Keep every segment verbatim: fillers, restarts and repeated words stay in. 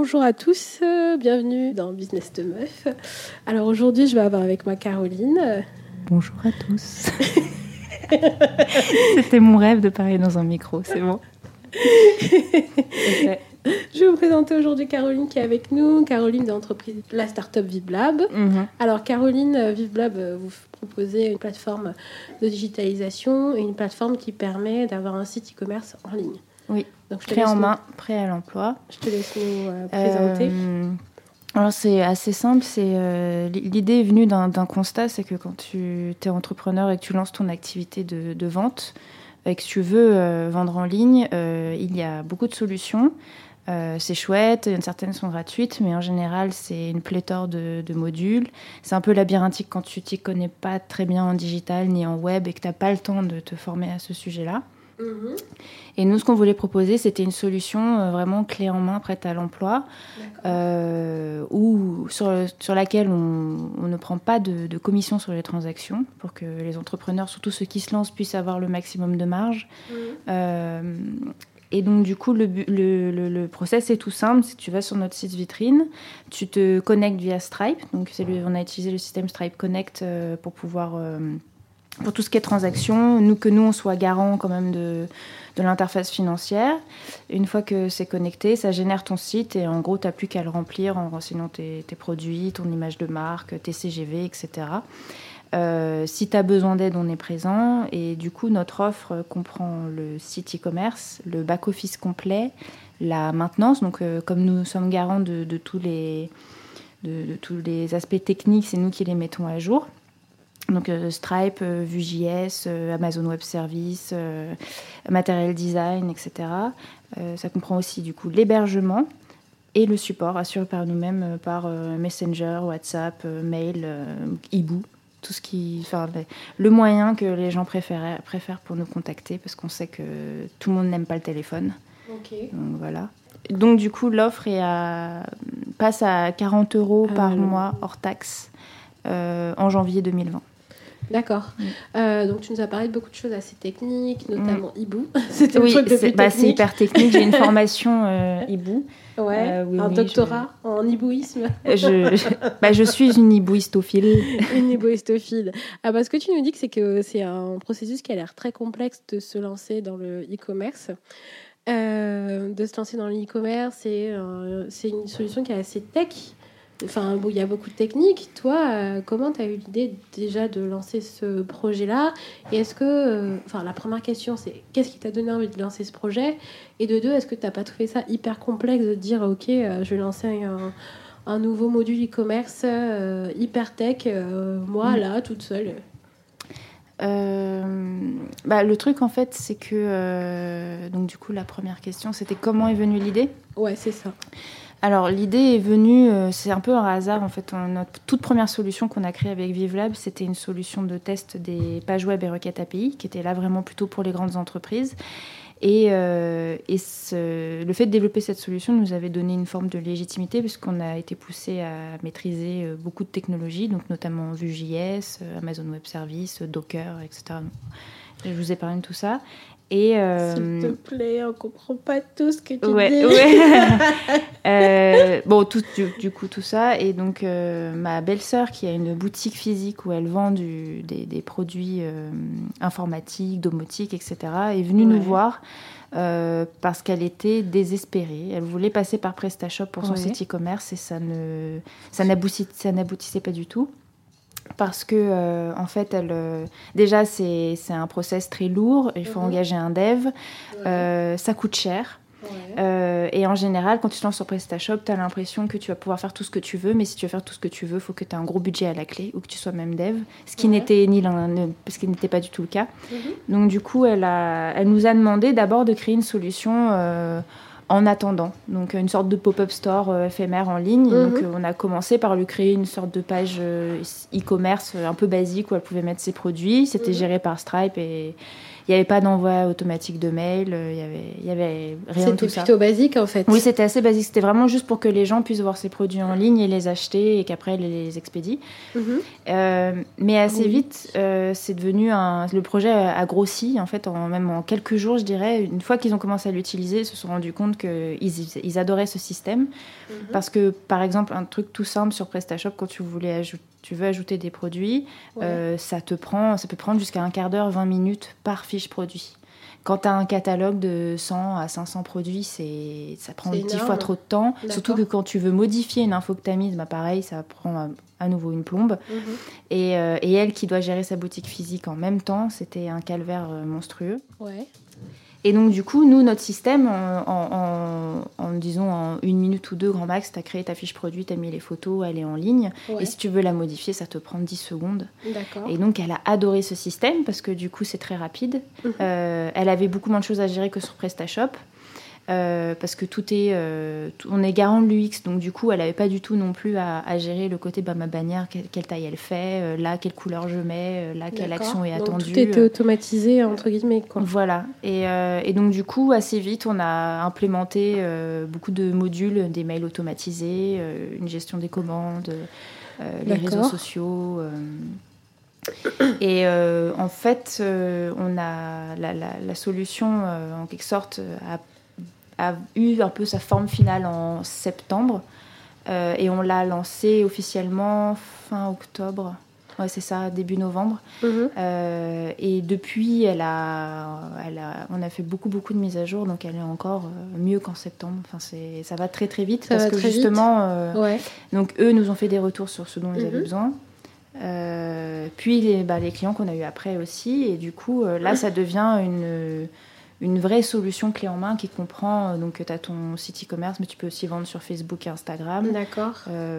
bonjour à tous, euh, bienvenue dans Business de Meuf. Alors aujourd'hui, je vais avoir avec moi Caroline. Bonjour à tous. C'était mon rêve de parler dans un micro, c'est bon. Okay. Je vais vous présenter aujourd'hui Caroline qui est avec nous. Caroline de l'entreprise La Startup VivLab. Mm-hmm. Alors Caroline, VivLab, vous proposez une plateforme de digitalisation et une plateforme qui permet d'avoir un site e-commerce en ligne. Oui, donc je te clé en main, nous... prêt à l'emploi. Je te laisse nous euh, présenter. Euh, alors c'est assez simple, c'est, euh, l'idée est venue d'un, d'un constat, c'est que quand tu es entrepreneur et que tu lances ton activité de, de vente, et que tu veux euh, vendre en ligne, euh, il y a beaucoup de solutions. Euh, c'est chouette, certaines sont gratuites, mais en général, c'est une pléthore de, de modules. C'est un peu labyrinthique quand tu t'y connais pas très bien en digital ni en web et que tu n'as pas le temps de te former à ce sujet-là. Mmh. Et nous, ce qu'on voulait proposer, c'était une solution euh, vraiment clé en main, prête à l'emploi, euh, où, sur, sur laquelle on, on ne prend pas de, de commission sur les transactions pour que les entrepreneurs, surtout ceux qui se lancent, puissent avoir le maximum de marge. Mmh. Euh, et donc, du coup, le, le, le, le process est tout simple. C'est que tu vas sur notre site vitrine, tu te connectes via Stripe. Donc, c'est le, on a utilisé le système Stripe Connect euh, pour pouvoir... Euh, pour tout ce qui est transactions, nous, que nous, on soit garant quand même de, de l'interface financière. Une fois que c'est connecté, ça génère ton site et en gros, tu n'as plus qu'à le remplir en renseignant tes, tes produits, ton image de marque, tes C G V, et cetera. Euh, si tu as besoin d'aide, on est présent. Et du coup, notre offre comprend le site e-commerce, le back-office complet, la maintenance. Donc, euh, comme nous sommes garants de, de, tous les, de, de tous les aspects techniques, c'est nous qui les mettons à jour. Donc euh, Stripe, euh, Vue.js, euh, Amazon Web Services, euh, Material Design, et cetera. Euh, ça comprend aussi du coup l'hébergement et le support assuré par nous-mêmes euh, par euh, Messenger, WhatsApp, euh, mail, euh, Hibou, tout ce qui, enfin le moyen que les gens préfèrent, préfèrent pour nous contacter parce qu'on sait que tout le monde n'aime pas le téléphone. Okay. Donc voilà. Donc du coup l'offre est à, passe à quarante euros ah, par non. mois hors taxe euh, en janvier deux mille vingt. D'accord. Mm. Euh, donc, tu nous as parlé de beaucoup de choses assez techniques, notamment mm. Hibou. C'était oui, le truc c'est, bah, c'est hyper technique. J'ai une formation euh, Hibou. Ouais, euh, oui, un oui, doctorat je... en hibouisme. je, je, bah, je suis une hibouistophile. Une hibouistophile. Ah, bah, ce que tu nous dis, c'est que c'est un processus qui a l'air très complexe de se lancer dans le e-commerce. Euh, de se lancer dans le e-commerce, et, euh, c'est une solution qui est assez tech. Enfin, bon, il y a beaucoup de techniques. Toi, euh, comment tu as eu l'idée déjà de lancer ce projet-là ? Et est-ce que... Euh, enfin, la première question, c'est qu'est-ce qui t'a donné envie de lancer ce projet ? Et de deux, est-ce que tu n'as pas trouvé ça hyper complexe de dire, OK, euh, je vais lancer un, un nouveau module e-commerce euh, hyper tech, euh, moi, mmh. là, toute seule ? Euh, bah, le truc, en fait, c'est que... Euh, donc, du coup, la première question, c'était comment est venue l'idée ? Ouais, c'est ça. Alors, l'idée est venue, euh, c'est un peu un hasard, en fait. On, notre toute première solution qu'on a créée avec VivLab, c'était une solution de test des pages web et requêtes A P I, qui était là vraiment plutôt pour les grandes entreprises. Et, euh, et ce, le fait de développer cette solution nous avait donné une forme de légitimité, puisqu'on a été poussé à maîtriser beaucoup de technologies, donc notamment Vue.js, Amazon Web Services, Docker, et cetera. Je vous épargne tout ça. Et euh... S'il te plaît, on comprend pas tout ce que tu ouais, dis. Ouais. euh, bon, tout, du, du coup, tout ça. Et donc, euh, ma belle-sœur, qui a une boutique physique où elle vend du, des, des produits euh, informatiques, domotiques, et cetera, est venue ouais. nous voir euh, parce qu'elle était désespérée. Elle voulait passer par PrestaShop pour son ouais. site e-commerce et ça, ne, ça, n'aboutit, ça n'aboutissait pas du tout. Parce que, euh, en fait, elle, euh, déjà, c'est, c'est un process très lourd. Il faut mmh. engager un dev. Ouais. Euh, ça coûte cher. Ouais. Euh, et en général, quand tu te lances sur PrestaShop, tu as l'impression que tu vas pouvoir faire tout ce que tu veux. Mais si tu veux faire tout ce que tu veux, il faut que tu aies un gros budget à la clé ou que tu sois même dev. Ce qui, ouais. n'était, ni l'un, ce qui n'était pas du tout le cas. Mmh. Donc, du coup, elle, a, elle nous a demandé d'abord de créer une solution... Euh, en attendant, donc une sorte de pop-up store euh, éphémère en ligne. Mm-hmm. Donc euh, on a commencé par lui créer une sorte de page euh, e-commerce euh, un peu basique où elle pouvait mettre ses produits. C'était mm-hmm. géré par Stripe et, Il n'y avait pas d'envoi automatique de mail, il n'y avait, il y avait rien de tout ça. C'était plutôt basique en fait. Oui, c'était assez basique. C'était vraiment juste pour que les gens puissent voir ces produits en ligne et les acheter et qu'après, ils les expédient. Mm-hmm. Euh, mais assez oui. vite, euh, c'est devenu un... le projet a grossi, en fait, en, même en quelques jours, je dirais. Une fois qu'ils ont commencé à l'utiliser, ils se sont rendus compte qu'ils ils adoraient ce système. Mm-hmm. Parce que, par exemple, un truc tout simple sur PrestaShop, quand tu voulais ajouter tu veux ajouter des produits, ouais. euh, ça te prend, ça peut prendre jusqu'à un quart d'heure, vingt minutes par fiche produit. Quand tu as un catalogue de cent à cinq cents produits, c'est, ça prend dix fois trop de temps. D'accord. Surtout que quand tu veux modifier une info que tu as mise, bah pareil, ça prend à, à nouveau une plombe. Mm-hmm. Et, euh, et elle qui doit gérer sa boutique physique en même temps, c'était un calvaire monstrueux. Ouais. Et donc, du coup, nous, notre système, en, en, en, en disons en une minute ou deux, grand max, tu as créé ta fiche produit, tu as mis les photos, elle est en ligne. Ouais. Et si tu veux la modifier, ça te prend dix secondes. D'accord. Et donc, elle a adoré ce système parce que, du coup, c'est très rapide. Mmh. Euh, elle avait beaucoup moins de choses à gérer que sur PrestaShop. Euh, parce que tout est, euh, tout, on est garant de l'U X, donc du coup elle n'avait pas du tout non plus à, à gérer le côté bah, ma bannière, quelle, quelle taille elle fait, euh, là quelle couleur je mets, euh, là quelle D'accord. action est donc, attendue. Tout était automatisé entre guillemets quoi. Voilà, et, euh, et donc du coup assez vite on a implémenté euh, beaucoup de modules, des mails automatisés, euh, une gestion des commandes, euh, les réseaux sociaux. Euh, Et euh, en fait, euh, on a la, la, la solution euh, en quelque sorte a a eu un peu sa forme finale en septembre euh, et on l'a lancée officiellement fin octobre. Ouais, c'est ça, début novembre. Mm-hmm. Euh, et depuis, elle a, elle a, on a fait beaucoup, beaucoup de mises à jour, donc elle est encore euh, mieux qu'en septembre. Enfin, c'est, ça va très, très vite ça parce que justement, euh, ouais. donc eux nous ont fait des retours sur ce dont ils mm-hmm. avaient besoin. Euh, puis les, bah, les clients qu'on a eu après aussi, et du coup, euh, là, ça devient une une vraie solution clé en main qui comprend, donc tu as ton site e-commerce, mais tu peux aussi vendre sur Facebook et Instagram. D'accord. Euh,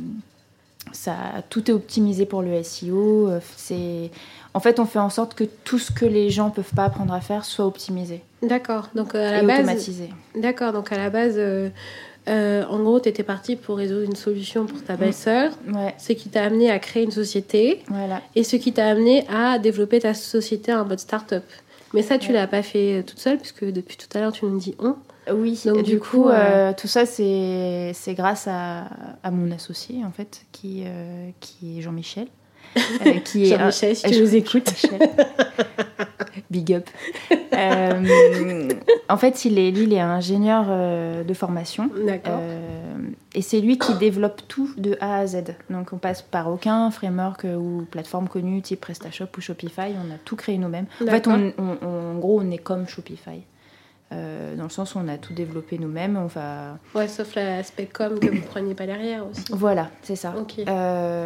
ça, tout est optimisé pour le S E O. C'est... En fait, on fait en sorte que tout ce que les gens ne peuvent pas apprendre à faire soit optimisé. D'accord. Donc, à la et base, automatisé. D'accord. Donc, à la base, euh, euh, en gros, tu étais partie pour résoudre une solution pour ta belle-sœur. Ouais. Ce qui t'a amené à créer une société. Voilà. Et ce qui t'a amené à développer ta société en mode start-up. Mais ça, tu ne ouais. l'as pas fait toute seule, puisque depuis tout à l'heure, tu nous dis on. Oui, donc du, du coup, coup euh... Euh, tout ça, c'est, c'est grâce à, à mon associé, en fait, qui, euh, qui est Jean-Michel. Euh, qui est Jean-Michel, un... si tu nous écoutes. Big up. euh, en fait, il est, lui, il est ingénieur euh, de formation. D'accord. Euh, et c'est lui qui développe tout de A à Z. Donc, on passe par aucun framework ou plateforme connue, type PrestaShop ou Shopify. On a tout créé nous-mêmes. D'accord. En fait, on, on, on, en gros, on est comme Shopify. Euh, dans le sens où on a tout développé nous-mêmes. On va... Ouais, sauf l'aspect com que vous ne preniez pas derrière aussi. Voilà, c'est ça. Okay. Euh,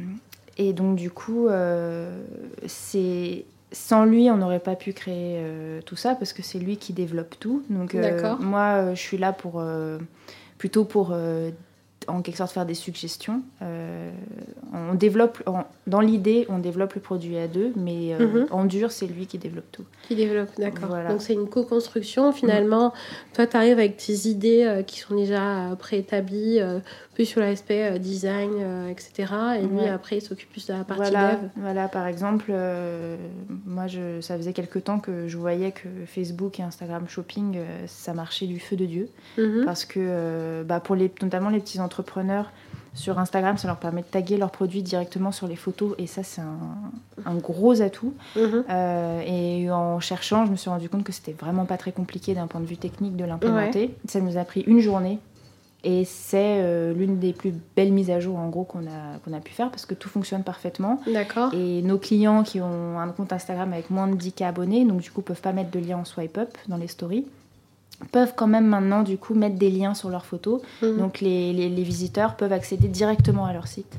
et donc, du coup, euh, c'est... sans lui, on n'aurait pas pu créer euh, tout ça parce que c'est lui qui développe tout. Donc, euh, moi, euh, je suis là pour, euh, plutôt pour, euh, en quelque sorte, faire des suggestions. Euh, on développe, en, dans l'idée, on développe le produit à deux, mais euh, mm-hmm. en dur, c'est lui qui développe tout. Qui développe, d'accord. Voilà. Donc, c'est une co-construction. Finalement, mm. toi, tu arrives avec tes idées euh, qui sont déjà euh, préétablies, euh, plus sur l'aspect euh, design, euh, et cetera. Et lui, ouais. après, il s'occupe plus de la partie voilà, dev. Voilà, par exemple, euh, moi, je, ça faisait quelques temps que je voyais que Facebook et Instagram Shopping, euh, ça marchait du feu de Dieu. Mm-hmm. Parce que, euh, bah, pour les, notamment les petits entrepreneurs, sur Instagram, ça leur permet de taguer leurs produits directement sur les photos. Et ça, c'est un, un gros atout. Mm-hmm. Euh, et en cherchant, je me suis rendu compte que c'était vraiment pas très compliqué d'un point de vue technique de l'implémenter. Ouais. Ça nous a pris une journée. Et c'est euh, l'une des plus belles mises à jour en gros qu'on a, qu'on a pu faire parce que tout fonctionne parfaitement. D'accord. Et nos clients qui ont un compte Instagram avec moins de dix mille abonnés, donc du coup peuvent pas mettre de lien en swipe up dans les stories, peuvent quand même maintenant du coup mettre des liens sur leurs photos. Mmh. Donc les, les, les visiteurs peuvent accéder directement à leur site.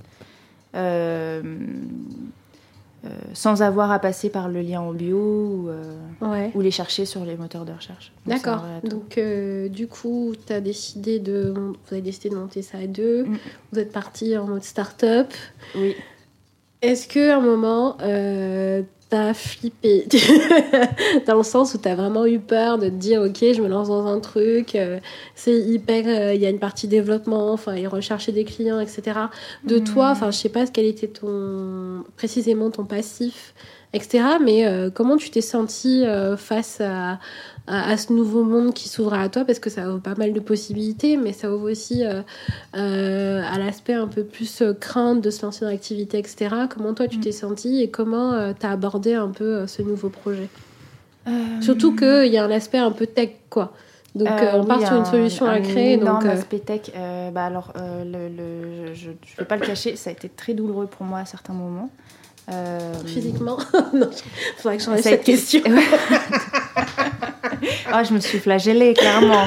Euh, Euh, sans avoir à passer par le lien en bio ou, euh, ouais. ou les chercher sur les moteurs de recherche. Donc, d'accord. Donc, euh, du coup, t'as décidé de, vous avez décidé de monter ça à deux. Mm. Vous êtes partis en mode start-up. Oui. Est-ce qu'à un moment, euh, t'as flippé dans le sens où t'as vraiment eu peur de te dire ok, je me lance dans un truc, euh, c'est hyper, il euh, y a une partie développement, enfin, et rechercher des clients, et cetera. De mmh. toi, enfin, je sais pas quel était ton précisément ton passif et cetera. Mais euh, comment tu t'es sentie euh, face à, à, à ce nouveau monde qui s'ouvre à toi? Parce que ça ouvre pas mal de possibilités, mais ça ouvre aussi euh, euh, à l'aspect un peu plus euh, crainte de se lancer dans l'activité, et cetera. Comment toi, tu t'es sentie et comment euh, tu as abordé un peu euh, ce nouveau projet? euh... Surtout qu'il y a un aspect un peu tech, quoi. Donc euh, euh, on oui, part sur une solution un, à créer. Un énorme donc, euh... aspect tech. Euh, bah alors, euh, le, le, je ne vais pas le cacher, ça a été très douloureux pour moi à certains moments. Euh... Physiquement? Non, il faudrait que j'enlève cette été... question. Oh, je me suis flagellée, clairement.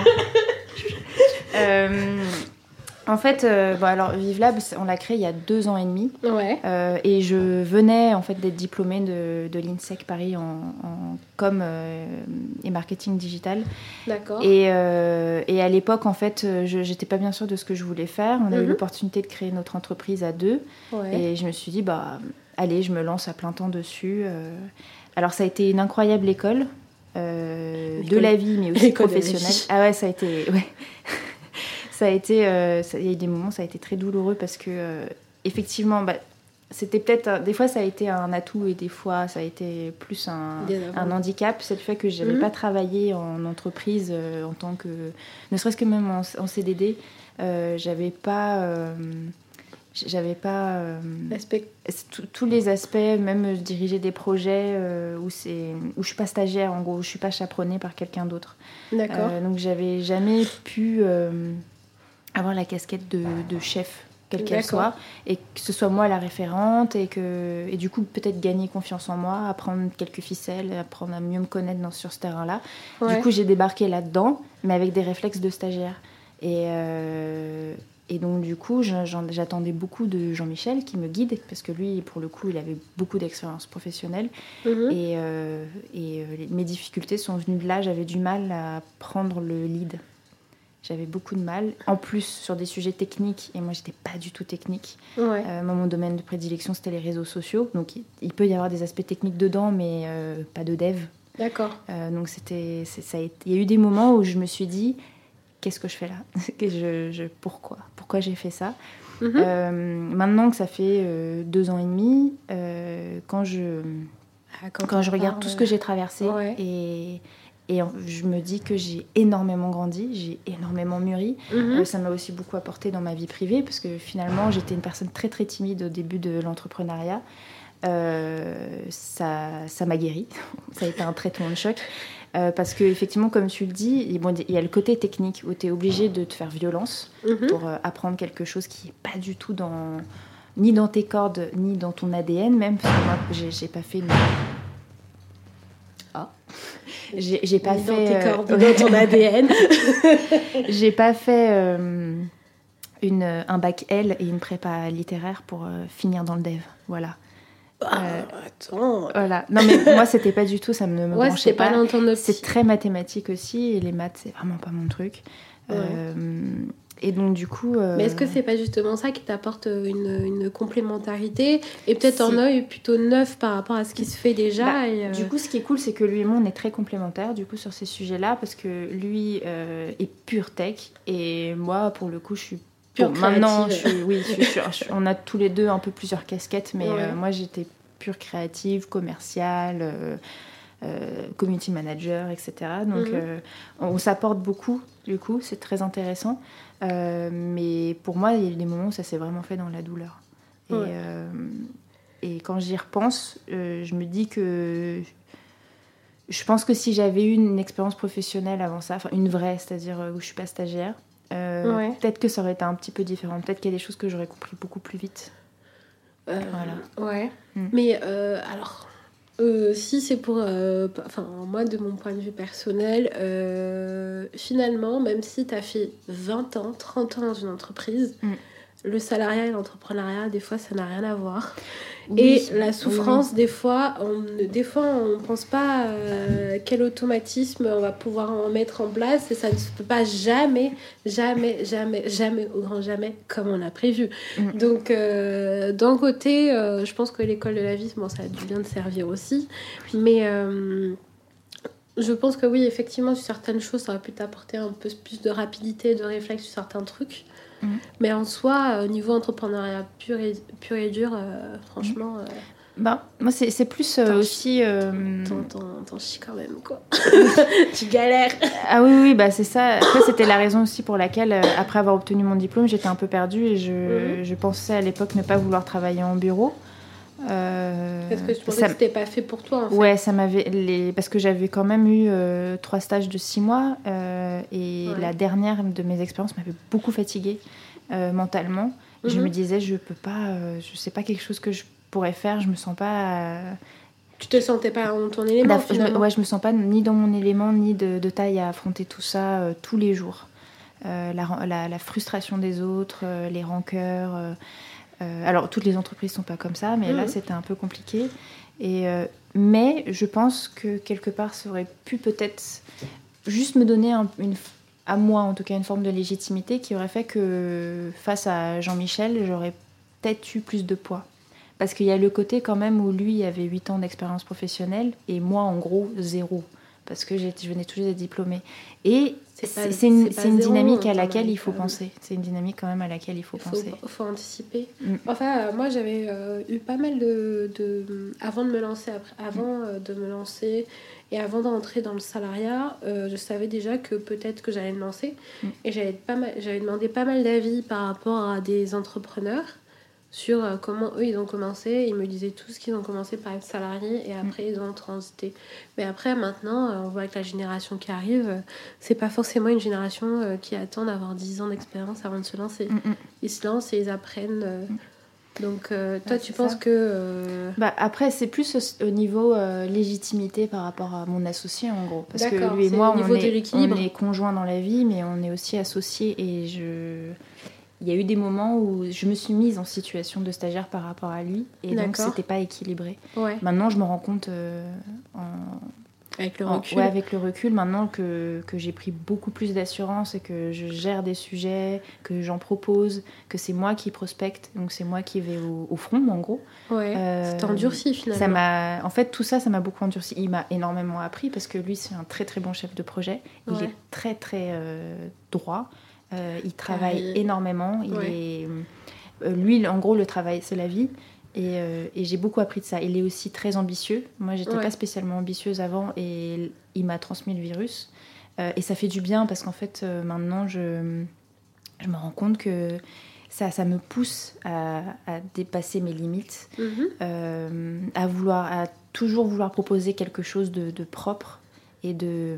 euh, en fait, euh, bon, alors, ViveLab, on l'a créé il y a deux ans et demi. Ouais. Euh, et je venais en fait, d'être diplômée de, de l'INSEC Paris en, en com euh, et marketing digital. D'accord. Et, euh, et à l'époque, en fait, je n'étais pas bien sûre de ce que je voulais faire. On a mm-hmm. eu l'opportunité de créer notre entreprise à deux. Ouais. Et je me suis dit, bah, allez, je me lance à plein temps dessus. Euh, alors, ça a été une incroyable école. Euh, de la vie, mais aussi professionnelle. Ah ouais, ça a été... Ouais. ça a été... Euh, ça, il y a eu des moments, ça a été très douloureux parce que, euh, effectivement, bah, c'était peut-être... Un, des fois, ça a été un atout et des fois, ça a été plus un, un handicap. C'est le fait que je n'avais mm-hmm. pas travaillé en entreprise euh, en tant que... Ne serait-ce que même en, en C D D, euh, j'avais pas... Euh, J'avais pas euh, tous les aspects, même diriger des projets euh, où, c'est, où je suis pas stagiaire, en gros, où je suis pas chaperonnée par quelqu'un d'autre. D'accord. Euh, donc j'avais jamais pu euh, avoir la casquette de, de chef, quelle qu'elle soit, et que ce soit moi la référente, et, que, et du coup peut-être gagner confiance en moi, apprendre quelques ficelles, apprendre à mieux me connaître dans, sur ce terrain-là. Ouais. Du coup j'ai débarqué là-dedans, mais avec des réflexes de stagiaire. Et... Euh, Et donc, du coup, j'attendais beaucoup de Jean-Michel qui me guide, parce que lui, pour le coup, il avait beaucoup d'expérience professionnelle. Mmh. Et, euh, et euh, mes difficultés sont venues de là. J'avais du mal à prendre le lead. J'avais beaucoup de mal. En plus, sur des sujets techniques, et moi, je n'étais pas du tout technique. Ouais. Euh, moi, mon domaine de prédilection, c'était les réseaux sociaux. Donc, il, il peut y avoir des aspects techniques dedans, mais euh, pas de dev. D'accord. Euh, donc, c'était, c'est, ça a été... il y a eu des moments où je me suis dit... Qu'est-ce que je fais là? je, je, Pourquoi Pourquoi j'ai fait ça? mm-hmm. euh, Maintenant que ça fait euh, deux ans et demi, euh, quand je, ah, quand quand je regarde tout ce que j'ai traversé, ouais. et, et je me dis que j'ai énormément grandi, j'ai énormément mûri. Mm-hmm. Euh, ça m'a aussi beaucoup apporté dans ma vie privée, parce que finalement, j'étais une personne très très timide au début de l'entrepreneuriat. Euh, ça, ça m'a guéri. Ça a été un traitement de choc. Euh, parce qu'effectivement, comme tu le dis, il bon, y a le côté technique où tu es obligé de te faire violence mm-hmm. pour euh, apprendre quelque chose qui n'est pas du tout dans, ni dans tes cordes, ni dans ton A D N même. Parce que moi, j'ai, j'ai pas fait... Une... Ah. J'ai, j'ai pas ni fait... Dans tes cordes, euh... dans ton A D N. J'ai pas fait euh, une, un bac L et une prépa littéraire pour euh, finir dans le dev. Voilà. Ah, euh, attends. Voilà. Non, mais moi, c'était pas du tout, ça me, me ouais, branchait pas. pas dans ton optique. C'est très mathématique aussi, et les maths, c'est vraiment pas mon truc. Ouais. Euh, et donc, du coup... Euh... Mais est-ce que c'est pas justement ça qui t'apporte une, une complémentarité, et peut-être si. un œil plutôt neuf par rapport à ce qui se fait déjà bah, et euh... Du coup, ce qui est cool, c'est que lui et moi, on est très complémentaires, du coup, sur ces sujets-là, parce que lui euh, est pure tech, et moi, pour le coup, je suis Bon, maintenant, je suis, oui, je, je, je, on a tous les deux un peu plusieurs casquettes, mais ouais. euh, moi j'étais pure créative, commerciale, euh, euh, community manager, et cetera. Donc mm-hmm. euh, on, on s'apporte beaucoup, du coup, c'est très intéressant. Euh, mais pour moi, il y a eu des moments où ça s'est vraiment fait dans la douleur. Et, ouais. euh, et quand j'y repense, euh, je me dis que je pense que si j'avais eu une expérience professionnelle avant ça, enfin une vraie, c'est-à-dire où je suis pas stagiaire. Euh, ouais. Peut-être que ça aurait été un petit peu différent. Peut-être qu'il y a des choses que j'aurais compris beaucoup plus vite. Euh, voilà. Ouais. Mm. Mais euh, alors, euh, si c'est pour... Euh, enfin, moi, de mon point de vue personnel, euh, finalement, même si tu as fait vingt ans, trente ans dans une entreprise, mm. le salariat et l'entrepreneuriat, des fois, ça n'a rien à voir. Oui, et la souffrance, oui. des fois, on des fois, on ne pense pas euh, quel automatisme on va pouvoir en mettre en place, et ça ne se peut pas jamais, jamais, jamais, jamais, au grand jamais, comme on a prévu. Mm. Donc, euh, d'un côté, euh, je pense que l'école de la vie, bon, ça a dû bien te servir aussi, mais... Euh, je pense que oui, effectivement, sur certaines choses, ça aurait pu t'apporter un peu plus de rapidité, de réflexe sur certains trucs. Mmh. Mais en soi, au niveau entrepreneuriat pur et, pur et dur, euh, franchement, mmh. euh, Bah, moi, c'est, c'est plus euh, aussi... Euh... T'en, t'en, t'en chies quand même, quoi. Tu galères. Ah oui, oui, bah, c'est ça. Après, c'était la raison aussi pour laquelle, euh, après avoir obtenu mon diplôme, j'étais un peu perdue et je, mm-hmm. je pensais à l'époque ne pas vouloir travailler en bureau. Euh, Est-ce que tu pensais ça... que c'était pas fait pour toi, en fait? Ouais, ça m'avait... Les... Parce que j'avais quand même eu euh, trois stages de six mois euh, et ouais. la dernière de mes expériences m'avait beaucoup fatiguée euh, mentalement. Mm-hmm. Je me disais, je peux pas... Euh, je sais pas quelque chose que je pourrais faire, je me sens pas... Euh... Tu te sentais pas dans ton élément, je me, Ouais, je me sens pas ni dans mon élément, ni de, de taille à affronter tout ça euh, tous les jours. Euh, la, la, la frustration des autres, euh, les rancœurs... Euh, Euh, alors, toutes les entreprises ne sont pas comme ça, mais mmh. là, c'était un peu compliqué. Et, euh, mais je pense que, quelque part, ça aurait pu peut-être juste me donner, un, une, à moi, en tout cas, une forme de légitimité qui aurait fait que, face à Jean-Michel, j'aurais peut-être eu plus de poids. Parce qu'il y a le côté, quand même, où lui avait huit ans d'expérience professionnelle et moi, en gros, zéro. Parce que je venais toujours d'être diplômée. Et c'est, c'est, c'est une, c'est c'est une zéro, dynamique à laquelle il faut euh, penser. C'est une dynamique quand même à laquelle il faut, faut penser. Il faut anticiper. Mm. Enfin, euh, moi, j'avais euh, eu pas mal de, de... Avant de me lancer, après, avant mm. euh, de me lancer et avant d'entrer dans le salariat, euh, je savais déjà que peut-être que j'allais me lancer. Mm. Et j'avais, pas mal, j'avais demandé pas mal d'avis par rapport à des entrepreneurs sur euh, comment eux ils ont commencé. Ils me disaient tous qu'ils ont commencé par être salariés et après mmh. ils ont transité. Mais après maintenant euh, on voit que la génération qui arrive euh, c'est pas forcément une génération euh, qui attend d'avoir dix ans d'expérience avant de se lancer. Mmh. Ils se lancent et ils apprennent euh, mmh. donc euh, toi ouais, tu penses ça. que euh... bah, après c'est plus au, au niveau euh, légitimité par rapport à mon associé en gros parce D'accord, que lui et moi on est, on est conjoints dans la vie mais on est aussi associés et je... Il y a eu des moments où je me suis mise en situation de stagiaire par rapport à lui et D'accord. donc c'était pas équilibré. Ouais. Maintenant je me rends compte euh, en... avec le recul. En, ouais, avec le recul maintenant que, que j'ai pris beaucoup plus d'assurance et que je gère des sujets, que j'en propose, que c'est moi qui prospecte, donc c'est moi qui vais au, au front en gros. Ouais. Euh, c'est endurci finalement. Ça m'a, en fait tout ça ça m'a beaucoup endurci. Il m'a énormément appris parce que lui c'est un très très bon chef de projet. Il ouais. est très très euh, droit. Euh, il travaille ah, énormément. Il ouais. est... euh, lui, en gros, le travail, c'est la vie. Et, euh, et j'ai beaucoup appris de ça. Il est aussi très ambitieux. Moi, j'étais ouais. pas spécialement ambitieuse avant et il m'a transmis le virus. Euh, et ça fait du bien parce qu'en fait, euh, maintenant, je, je me rends compte que ça, ça me pousse à, à dépasser mes limites, mm-hmm. euh, à, vouloir, à toujours vouloir proposer quelque chose de, de propre et de...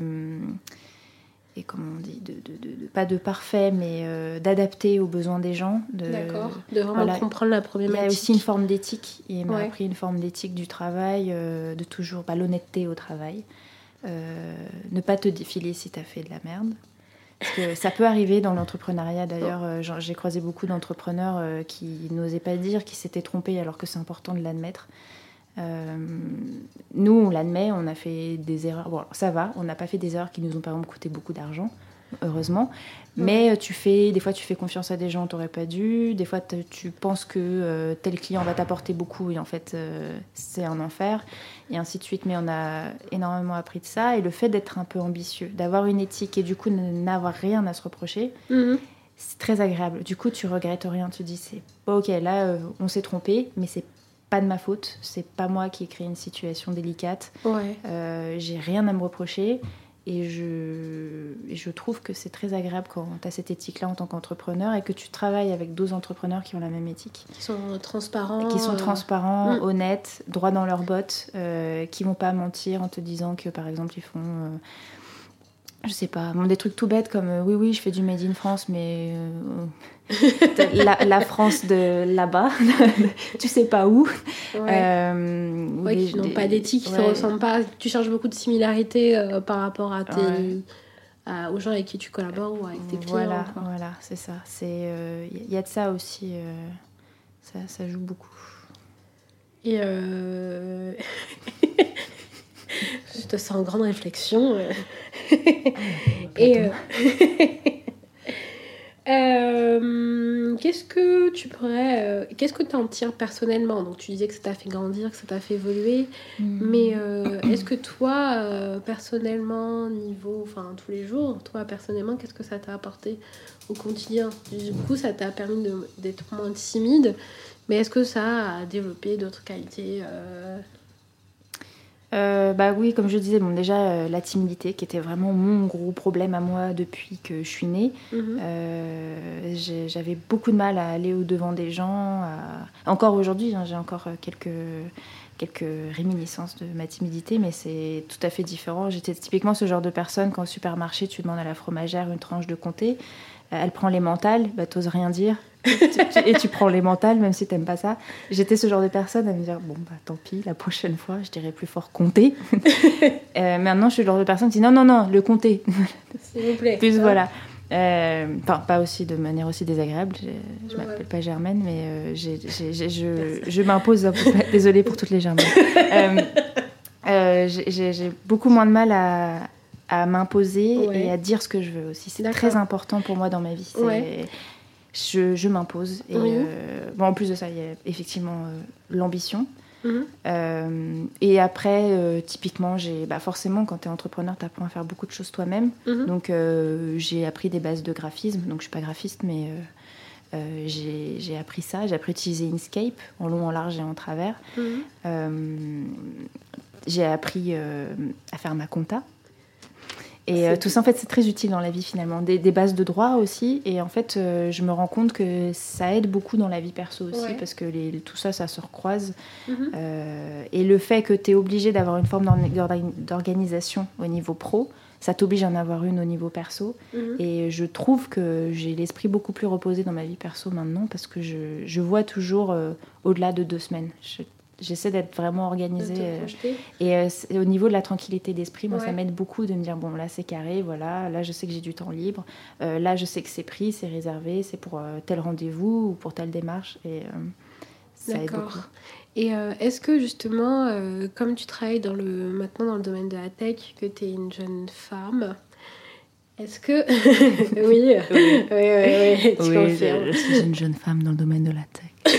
et comment on dit, de, de, de, de, pas de parfait, mais euh, d'adapter aux besoins des gens. De, D'accord, de vraiment voilà. comprendre la problématique. Il y a aussi une forme d'éthique, il m'a ouais. appris une forme d'éthique du travail, euh, de toujours, bah, l'honnêteté au travail. Euh, ne pas te défiler si t'as fait de la merde. Parce que ça peut arriver dans l'entrepreneuriat, d'ailleurs, euh, j'ai croisé beaucoup d'entrepreneurs euh, qui n'osaient pas dire qu'ils s'étaient trompés alors que c'est important de l'admettre. Euh, nous on l'admet, on a fait des erreurs, bon ça va, on n'a pas fait des erreurs qui nous ont par exemple coûté beaucoup d'argent, heureusement, mais ouais. tu fais, des fois tu fais confiance à des gens t'aurais pas dû, des fois tu penses que euh, tel client va t'apporter beaucoup et en fait euh, c'est un enfer et ainsi de suite, mais on a énormément appris de ça et le fait d'être un peu ambitieux, d'avoir une éthique et du coup n'avoir rien à se reprocher, mm-hmm. c'est très agréable, du coup tu regrettes rien, tu te dis c'est ok là euh, on s'est trompé mais c'est pas de ma faute, c'est pas moi qui ai créé une situation délicate. Ouais. Euh, j'ai rien à me reprocher et je, et je trouve que c'est très agréable quand tu as cette éthique-là en tant qu'entrepreneur et que tu travailles avec d'autres entrepreneurs qui ont la même éthique. Qui sont transparents. Qui sont euh... transparents, mmh. honnêtes, droits dans leurs bottes, euh, qui vont pas mentir en te disant que par exemple ils font... Euh, je sais pas, bon, des trucs tout bêtes comme euh, oui, oui, je fais du Made in France, mais euh, la, la France de là-bas, tu sais pas où. Ouais, euh, ouais des, qui n'ont des, pas d'éthique, qui ouais. se ressemblent pas. Tu cherches beaucoup de similarités euh, par rapport à tes, ouais. à, aux gens avec qui tu collabores ou avec tes clients. Voilà, quoi. voilà, c'est ça. Il euh, y, y a de ça aussi, euh, ça, ça joue beaucoup. Et euh... je te sens en grande réflexion. Et euh... euh, qu'est-ce que tu pourrais, euh... qu'est-ce que tu en tires personnellement? Donc tu disais que ça t'a fait grandir, que ça t'a fait évoluer, mmh. mais euh, est-ce que toi, euh, personnellement, niveau, enfin tous les jours, toi personnellement, qu'est-ce que ça t'a apporté au quotidien? Du coup, ça t'a permis de, d'être moins timide. Mais est-ce que ça a développé d'autres qualités euh... Euh, bah oui, comme je disais, bon, déjà euh, la timidité qui était vraiment mon gros problème à moi depuis que je suis née. Mm-hmm. Euh, j'ai, j'avais beaucoup de mal à aller au-devant des gens. À... Encore aujourd'hui, hein, j'ai encore quelques, quelques réminiscences de ma timidité, mais c'est tout à fait différent. J'étais typiquement ce genre de personne quand au supermarché, tu demandes à la fromagère une tranche de comté. Elle prend les mentales, bah, t'oses rien dire. Et tu prends les mentales, même si t'aimes pas ça. J'étais ce genre de personne à me dire, bon, bah tant pis, la prochaine fois, je dirais plus fort compter. euh, maintenant, je suis le genre de personne qui dit, non, non, non, le compter. S'il vous plaît. Plus, voilà. Euh, enfin, pas aussi de manière aussi désagréable. Je, je m'appelle ouais. pas Germaine, mais euh, j'ai, j'ai, j'ai, je, je m'impose un peu. Désolée pour toutes les Germaines. euh, euh, j'ai, j'ai, j'ai beaucoup moins de mal à... à m'imposer ouais. et à dire ce que je veux aussi. C'est D'accord. très important pour moi dans ma vie. C'est... Ouais. Je, je m'impose. Et, oui. euh... bon, en plus de ça, il y a effectivement euh, l'ambition. Mmh. Euh, et après, euh, typiquement, j'ai, bah forcément, quand tu es entrepreneur, tu apprends à faire beaucoup de choses toi-même. Mmh. Donc, euh, j'ai appris des bases de graphisme. Donc, je ne suis pas graphiste, mais euh, euh, j'ai, j'ai appris ça. J'ai appris à utiliser Inkscape en long, en large et en travers. Mmh. Euh, j'ai appris euh, à faire ma compta. Et euh, tout ça, en fait, c'est très utile dans la vie, finalement. Des, des bases de droit aussi. Et en fait, euh, je me rends compte que ça aide beaucoup dans la vie perso aussi, ouais. parce que les, tout ça, ça se recroise. Mm-hmm. Euh, et le fait que tu es obligé d'avoir une forme d'organisation au niveau pro, ça t'oblige à en avoir une au niveau perso. Mm-hmm. Et je trouve que j'ai l'esprit beaucoup plus reposé dans ma vie perso maintenant, parce que je, je vois toujours euh, au-delà de deux semaines. Je, J'essaie d'être vraiment organisée. Euh, et euh, au niveau de la tranquillité d'esprit, moi, ouais. ça m'aide beaucoup de me dire, bon, là, c'est carré, voilà. Là, je sais que j'ai du temps libre. Euh, là, je sais que c'est pris, c'est réservé, c'est pour euh, tel rendez-vous ou pour telle démarche. Et euh, ça D'accord. aide beaucoup. Et euh, est-ce que, justement, euh, comme tu travailles dans le, maintenant dans le domaine de la tech, que tu es une jeune femme, est-ce que... oui, oui, oui, oui, oui, tu oui confirmes. Je, je suis une jeune femme dans le domaine de la tech.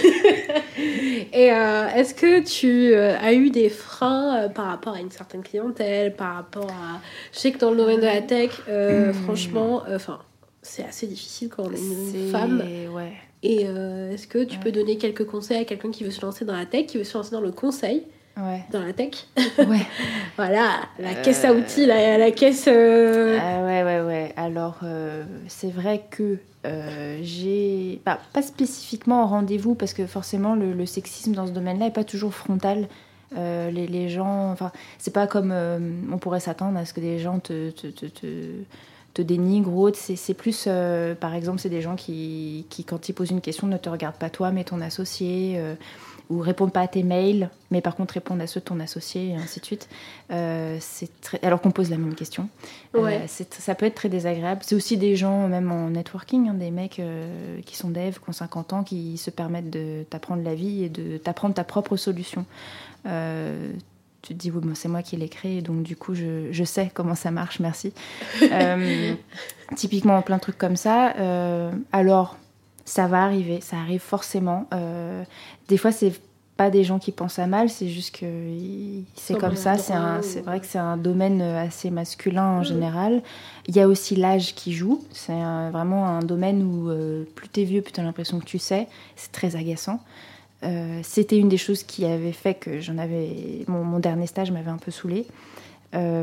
Et euh, est-ce que tu euh, as eu des freins euh, par rapport à une certaine clientèle, par rapport à... Je sais que dans le domaine de la tech, euh, mmh. franchement, enfin, euh, c'est assez difficile quand on est une c'est... femme. Ouais. Et euh, est-ce que tu ouais. peux donner quelques conseils à quelqu'un qui veut se lancer dans la tech, qui veut se lancer dans le conseil ouais. dans la tech? Ouais. Voilà, la euh... caisse à outils, la, la caisse... Euh... Ah ouais, ouais, ouais. Alors, euh, c'est vrai que Euh, j'ai bah, pas spécifiquement en rendez-vous parce que forcément le, le sexisme dans ce domaine-là est pas toujours frontal. Euh, les, les gens, enfin, c'est pas comme euh, on pourrait s'attendre à ce que des gens te, te, te, te, te dénigrent ou autre. C'est, c'est plus, euh, par exemple, c'est des gens qui, qui, quand ils posent une question, ne te regardent pas toi, mais ton associé. Euh, ou répondent pas à tes mails, mais par contre répondent à ceux de ton associé, et ainsi de suite. Euh, c'est très... Alors qu'on pose la même question. Ouais. Euh, c'est... Ça peut être très désagréable. C'est aussi des gens, même en networking, hein, des mecs euh, qui sont devs, qui ont cinquante ans, qui se permettent de t'apprendre la vie et de t'apprendre ta propre solution. Euh, tu te dis, oui, bon, c'est moi qui l'ai créé, donc du coup, je, je sais comment ça marche, merci. euh, typiquement, plein de trucs comme ça. Euh, alors... Ça va arriver, ça arrive forcément. Euh, des fois, c'est pas des gens qui pensent à mal, c'est juste que c'est Sans comme ça. C'est, un, c'est vrai que c'est un domaine assez masculin en mmh. général. Il y a aussi l'âge qui joue. C'est un, vraiment un domaine où euh, plus t'es vieux, plus t'as l'impression que tu sais. C'est très agaçant. Euh, c'était une des choses qui avait fait que j'en avais... Mon, mon dernier stage m'avait un peu saoulée. Euh,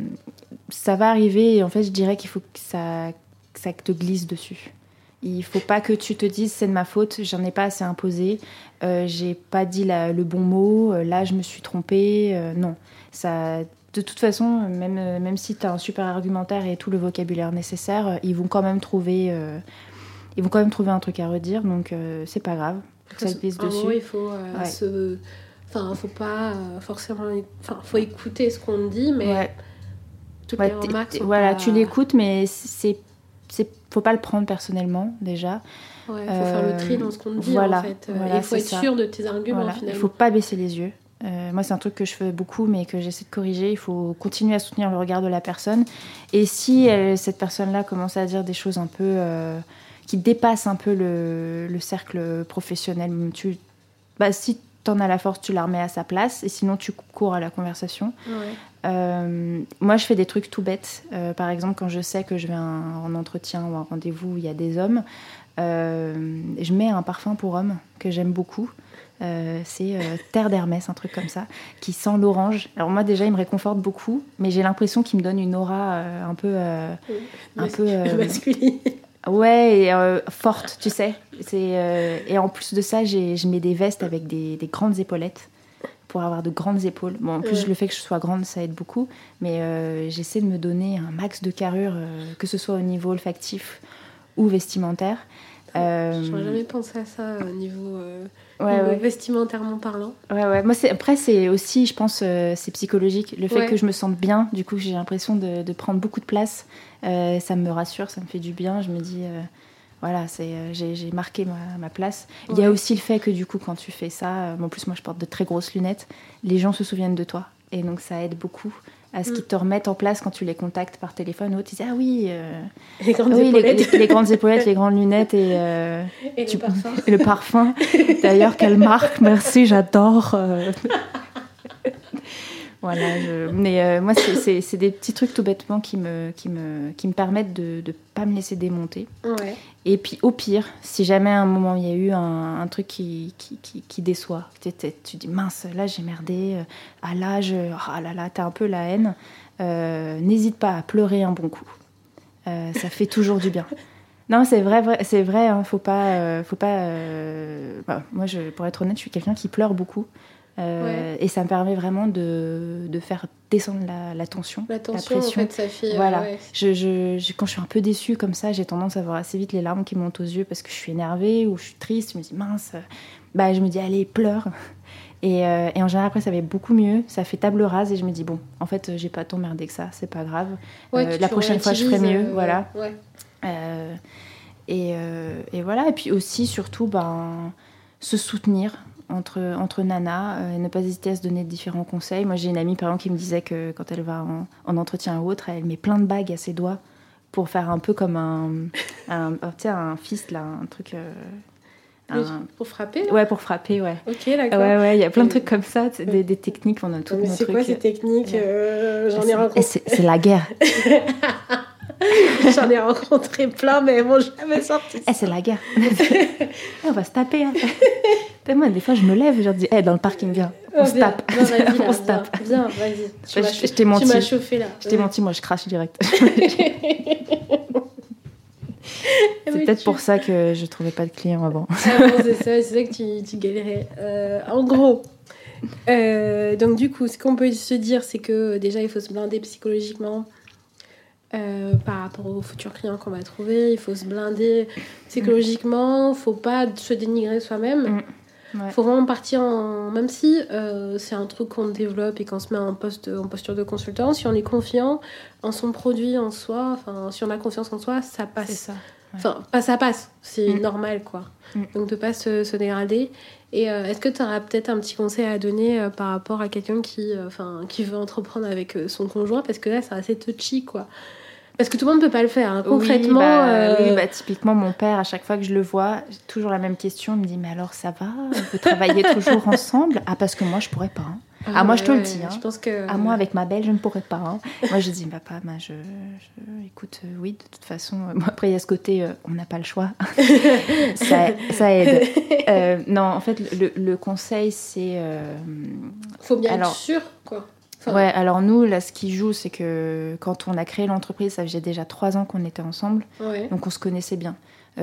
ça va arriver et en fait, je dirais qu'il faut que ça, que ça te glisse dessus. Il ne faut pas que tu te dises c'est de ma faute, j'en ai pas assez imposé, euh, j'ai pas dit la, le bon mot, euh, là je me suis trompée. Euh, non, ça, de toute façon, même, même si tu as un super argumentaire et tout le vocabulaire nécessaire, euh, ils vont quand même trouver, euh, ils vont quand même trouver un truc à redire, donc euh, c'est pas grave. Faut que ça te glisse dessus. Il faut euh, ouais. se, enfin, faut pas euh, forcément, enfin, faut écouter ce qu'on dit, mais ouais. toutes ouais, les remarques. Voilà, pas... tu l'écoutes, mais c'est c'est faut pas le prendre personnellement déjà. Ouais, il faut euh, faire le tri dans ce qu'on te dit voilà, en fait. Voilà, il faut être ça. sûr de tes arguments voilà. finalement. Il faut pas baisser les yeux. Euh, moi, c'est un truc que je fais beaucoup, mais que j'essaie de corriger. Il faut continuer à soutenir le regard de la personne. Et si elle, cette personne-là commence à dire des choses un peu euh, qui dépassent un peu le, le cercle professionnel, tu, bah, si t'en as la force, tu la remets à sa place. Et sinon, tu cours à la conversation. Ouais. Euh, moi, je fais des trucs tout bêtes. Euh, par exemple, quand je sais que je vais à un, un entretien ou un rendez-vous où il y a des hommes, euh, je mets un parfum pour homme que j'aime beaucoup. Euh, c'est euh, Terre d'Hermès, un truc comme ça, qui sent l'orange. Alors moi, déjà, il me réconforte beaucoup, mais j'ai l'impression qu'il me donne une aura euh, un peu... Euh, un Mas- peu euh, masculine. Ouais, et, euh, forte, tu sais. C'est, euh, et en plus de ça, j'ai, je mets des vestes avec des, des grandes épaulettes pour avoir de grandes épaules. Bon, en plus, Ouais. le fait que je sois grande, ça aide beaucoup. Mais euh, j'essaie de me donner un max de carrure, euh, que ce soit au niveau olfactif ou vestimentaire. Euh, Je n'aurais jamais pensé à ça au niveau, euh, ouais, niveau ouais. vestimentairement parlant. Ouais, ouais. Moi, c'est, après, c'est aussi, je pense, euh, c'est psychologique. Le fait Ouais. que je me sente bien, du coup, j'ai l'impression de, de prendre beaucoup de place. Euh, ça me rassure, ça me fait du bien. Je me dis, euh, voilà, c'est, euh, j'ai, j'ai marqué ma, ma place. Il Ouais. y a aussi le fait que, du coup, quand tu fais ça, euh, en plus, moi, je porte de très grosses lunettes, les gens se souviennent de toi. Et donc, ça aide beaucoup à ce Mm. qu'ils te remettent en place quand tu les contactes par téléphone ou autre. Ils disent, ah oui, euh, Les grandes ah oui, les, épaulettes. les- les grandes épaulettes, les grandes lunettes et... euh, Et tu- le parfum. Et le parfum. D'ailleurs, quelle marque, merci, j'adore. euh. Voilà, je- mais euh, moi, c'est, c'est, c'est des petits trucs tout bêtement qui me, qui me, qui me permettent de ne pas me laisser démonter. Ouais. Et puis, au pire, si jamais à un moment il y a eu un, un truc qui, qui, qui, qui déçoit, tu, tu, tu dis mince, là j'ai merdé, euh, ah là, je, ah là là, t'as un peu la haine, euh, n'hésite pas à pleurer un bon coup. Euh, ça fait toujours du bien. Non, c'est vrai, vrai c'est vrai. Hein, faut pas, euh, faut pas. Euh... bah, moi, je, pour être honnête, je suis quelqu'un qui pleure beaucoup, euh, Ouais. et ça me permet vraiment de, de faire descendre la, la tension, La la tension, en pression. fait, ça fait... euh, Voilà. ouais. Je, je, je- quand je suis un peu déçue comme ça, j'ai tendance à avoir assez vite les larmes qui montent aux yeux parce que je suis énervée ou je suis triste. Je me dis mince. Bah, je me dis allez, pleure. Et, euh, et en général, après, ça va beaucoup mieux. Ça fait table rase et je me dis bon, en fait, j'ai pas tant merdé que ça. C'est pas grave. Ouais, Euh, tu la te prochaine fois, je ferai mieux. relativises, euh, Voilà. Ouais. Euh, et, euh, et voilà. Et puis aussi, surtout, ben, se soutenir entre, entre nanas euh, et ne pas hésiter à se donner différents conseils. Moi, j'ai une amie, par exemple, qui me disait que quand elle va en, en entretien ou autre, elle met plein de bagues à ses doigts pour faire un peu comme un, un, tu sais, un fist, là, un truc... euh, Oui, un- Pour frapper, là. Ouais, pour frapper, ouais. Ok, d'accord. Ouais, ouais, il y a plein de Euh, trucs comme ça, c'est des, des techniques, on a tout Non, mais nos c'est trucs. quoi ces techniques euh, J'en ai C'est- rencontré... c'est, c'est la guerre. J'en ai rencontré plein, mais elles m'ont jamais sorti. Eh, c'est la guerre. Eh, on va se taper. Hein. Et moi, des fois, je me lève et je leur dis, eh, dans le parking, viens, on Oh, se viens, tape. viens, vas-y, là, on se viens, tape. Viens, vas-y. Tu Ouais, m'as je- chau- je t'ai menti. Tu m'as chauffé, là. Je t'ai Ouais. menti, moi, je crache direct. Ah C'est oui, peut-être tu- pour ça que je trouvais pas de clients avant. Ah bon, c'est ça, c'est ça que tu, tu galérais. Euh, en gros, euh, donc du coup, ce qu'on peut se dire, c'est que déjà, il faut se blinder psychologiquement euh, par rapport aux futurs clients qu'on va trouver. Il faut se blinder psychologiquement. Faut pas se dénigrer soi-même. Mm. Ouais. Faut vraiment partir en... Même si euh, c'est un truc qu'on développe et qu'on se met en, poste, en posture de consultant, si on est confiant en son produit, en soi, enfin, si on a confiance en soi, ça passe. C'est ça. Enfin, pas ça passe, c'est Mm. normal, quoi. Mm. Donc, de pas se, se dégrader. Et euh, est-ce que tu auras peut-être un petit conseil à donner euh, par rapport à quelqu'un qui, euh, enfin, qui veut entreprendre avec euh, son conjoint? Parce que là, c'est assez touchy, quoi. Parce que tout le monde ne peut pas le faire. Hein. Concrètement... Oui, bah, euh, oui, bah, typiquement, mon père, à chaque fois que je le vois, j'ai toujours la même question. Il me dit, mais alors, ça va? On peut travailler toujours ensemble? Ah, parce que moi, je pourrais pas. Hein. Ah, moi, je te le dis. Hein. Je pense que... Ah, moi, avec ma belle, je ne pourrais pas. Hein. Moi, je dis, papa, bah, je, je- écoute, euh, oui, de toute façon, euh, moi, après, il y a ce côté, euh, on n'a pas le choix. ça, ça aide. Euh, non, en fait, le, le conseil, c'est... euh, Faut bien alors- être sûr, quoi. Enfin, Ouais, alors nous, là, ce qui joue, c'est que quand on a créé l'entreprise, ça faisait déjà trois ans qu'on était ensemble, ouais. donc on se connaissait bien.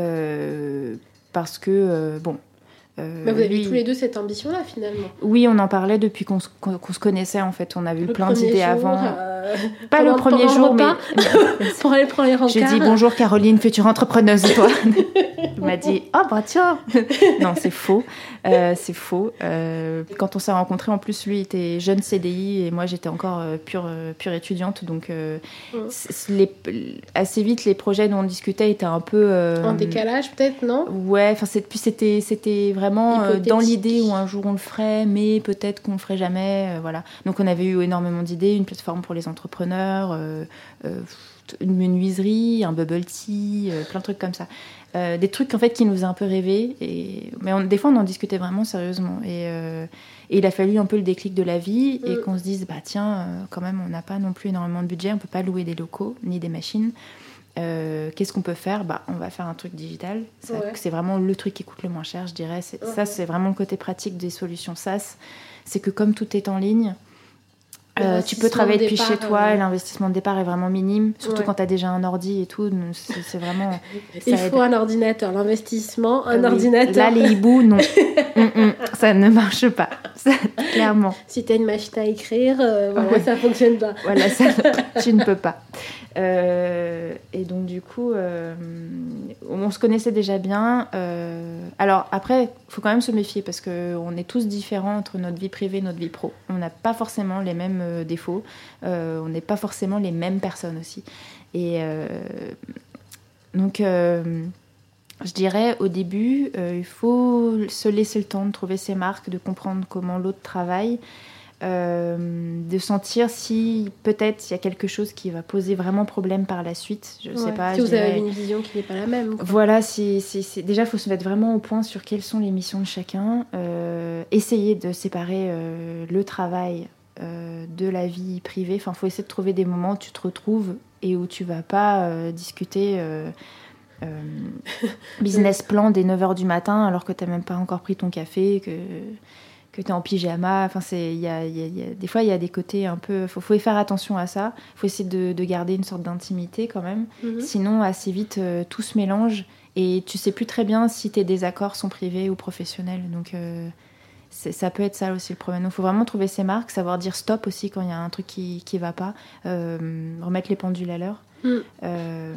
Euh, parce que, euh, bon... euh, Mais vous avez lui- tous les deux cette ambition-là, finalement. Oui, on en parlait depuis qu'on se, qu'on- qu'on se connaissait, en fait. On avait eu Le plein premier d'idées jour, avant. euh, Pas pendant- le premier pendant le jour, mais... repas, pour aller prendre les rencarts. J'ai dit bonjour Caroline, future entrepreneuse, toi. Il m'a dit oh bah tiens. Non, c'est faux, Euh, c'est faux. Euh, quand on s'est rencontrés, en plus lui était jeune C D I et moi j'étais encore euh, pure euh, pure étudiante, donc euh, Mm. c'est- les, assez vite les projets dont on discutait étaient un peu euh, En décalage, peut-être, non? Ouais, enfin c'est puis c'était c'était vraiment euh, dans Hypothétique. l'idée où un jour on le ferait, mais peut-être qu'on le ferait jamais, euh, voilà. Donc on avait eu énormément d'idées, une plateforme pour les entrepreneurs, euh, euh, une menuiserie, un bubble tea, euh, plein de trucs comme ça. Euh, des trucs en fait qui nous faisaient un peu rêver. Et... Mais on, des fois, on en discutait vraiment sérieusement. Et, euh, et il a fallu un peu le déclic de la vie et mmh. qu'on se dise, bah tiens, euh, quand même, on n'a pas non plus énormément de budget, on peut pas louer des locaux ni des machines. Euh, qu'est-ce qu'on peut faire ? Bah, on va faire un truc digital. Ça, ouais. C'est vraiment le truc qui coûte le moins cher, je dirais. C'est, okay. Ça, c'est vraiment le côté pratique des solutions SaaS. C'est que comme tout est en ligne, euh, tu peux travailler depuis départ, chez toi euh... et l'investissement de départ est vraiment minime. Surtout ouais. quand tu as déjà un ordi et tout. C'est, c'est vraiment... Il faut aide. Un ordinateur. L'investissement, un euh, ordinateur. Là, les hiboux, non. mm-mm, ça ne marche pas. Ça, clairement. Si tu as une machine à écrire, euh, voilà, ouais. ça ne fonctionne pas. Voilà, ça, tu ne peux pas. Euh, et donc du coup euh, on se connaissait déjà bien euh, alors après il faut quand même se méfier parce qu'on est tous différents entre notre vie privée et notre vie pro, on n'a pas forcément les mêmes euh, défauts, euh, on n'est pas forcément les mêmes personnes aussi et euh, donc euh, je dirais au début euh, il faut se laisser le temps de trouver ses marques, de comprendre comment l'autre travaille. Euh, de sentir si peut-être il y a quelque chose qui va poser vraiment problème par la suite, je ouais, sais pas. Si vous dirais... avez une vision qui n'est pas la même. Quoi. Voilà, si, si, si... déjà il faut se mettre vraiment au point sur quelles sont les missions de chacun, euh, essayer de séparer euh, le travail euh, de la vie privée, enfin il faut essayer de trouver des moments où tu te retrouves et où tu vas pas euh, discuter euh, euh, business plan dès neuf heures du matin alors que tu n'as même pas encore pris ton café, que... que tu es en pyjama, enfin c'est, y a, y a, y a, des fois il y a des côtés un peu, il faut, faut y faire attention à ça, il faut essayer de, de garder une sorte d'intimité quand même, mm-hmm. sinon assez vite euh, tout se mélange et tu sais plus très bien si tes désaccords sont privés ou professionnels, donc euh, c'est, ça peut être ça aussi le problème, donc il faut vraiment trouver ses marques, savoir dire stop aussi quand il y a un truc qui, qui va pas, euh, remettre les pendules à l'heure. Mm. Euh,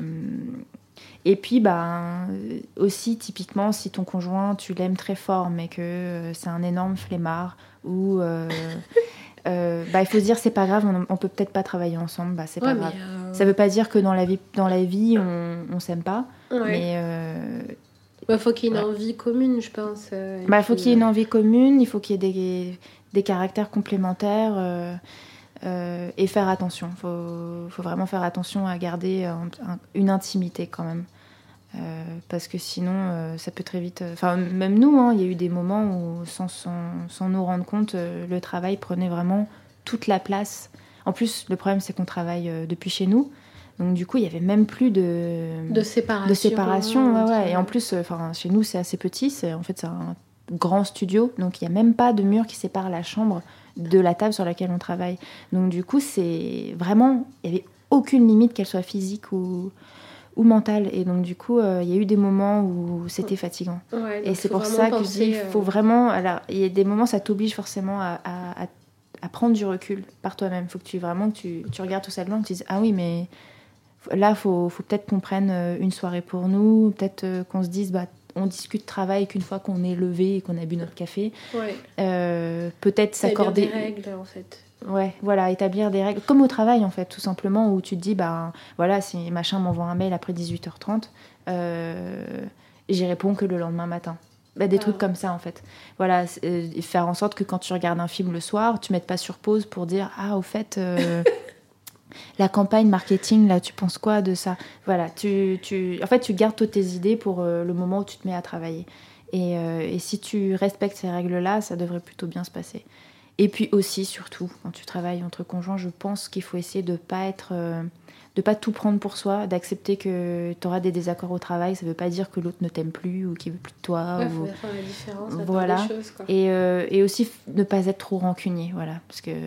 Et puis, bah, aussi, typiquement, si ton conjoint, tu l'aimes très fort, mais que euh, c'est un énorme flemmard, ou euh, euh, bah, il faut se dire, c'est pas grave, on, on peut peut-être pas travailler ensemble, bah, c'est pas ouais, grave. Euh... Ça veut pas dire que dans la vie, dans la vie on, on s'aime pas, ouais. mais... Euh... Bah, faut qu'il y ait une ouais. envie commune, je pense. Euh, bah, il faut qu'il y ait une envie commune, il faut qu'il y ait des, des caractères complémentaires... Euh... Euh, et faire attention, il faut, faut vraiment faire attention à garder un, un, une intimité quand même, euh, parce que sinon euh, ça peut très vite, enfin euh, même nous, hein, il y a eu des moments où sans, sans, sans nous rendre compte, euh, le travail prenait vraiment toute la place. En plus le problème c'est qu'on travaille euh, depuis chez nous, donc du coup il n'y avait même plus de, de séparation, de séparation ouais, ouais. Et en plus euh, chez nous c'est assez petit, c'est, en fait c'est un grand studio, donc il n'y a même pas de mur qui sépare la chambre de la table sur laquelle on travaille. Donc du coup, c'est vraiment... Il n'y avait aucune limite, qu'elle soit physique ou, ou mentale. Et donc du coup, euh, il y a eu des moments où c'était fatigant. Ouais, et c'est pour ça que je dis, il faut vraiment... Alors, il y a des moments, ça t'oblige forcément à, à, à, à prendre du recul par toi-même. Il faut que tu, vraiment que tu, tu regardes tout ça de loin, que tu dises, ah oui, mais là, il faut, faut peut-être qu'on prenne une soirée pour nous, peut-être qu'on se dise... bah on discute travail qu'une fois qu'on est levé et qu'on a bu notre café. Ouais. Euh, peut-être s'accorder... Établir des règles, en fait. Ouais, voilà, établir des règles. Comme au travail, en fait, tout simplement, où tu te dis, bah, voilà, si machin m'envoie un mail après dix-huit heures trente, euh, j'y réponds que le lendemain matin. Bah, des ah. trucs comme ça, en fait. Voilà, euh, faire en sorte que quand tu regardes un film le soir, tu mettes pas sur pause pour dire, ah, au fait... Euh, la campagne marketing, là, tu penses quoi de ça ? Voilà, tu, tu, en fait, tu gardes toutes tes idées pour euh, le moment où tu te mets à travailler. Et, euh, et si tu respectes ces règles-là, ça devrait plutôt bien se passer. Et puis aussi, surtout, quand tu travailles entre conjoints, je pense qu'il faut essayer de ne pas être, euh, de pas tout prendre pour soi, d'accepter que tu auras des désaccords au travail. Ça ne veut pas dire que l'autre ne t'aime plus ou qu'il ne veut plus de toi. Ouais, ou... faut faire la différence. Voilà. Des choses, quoi. Et, euh, et aussi ne pas être trop rancunier, voilà, parce que...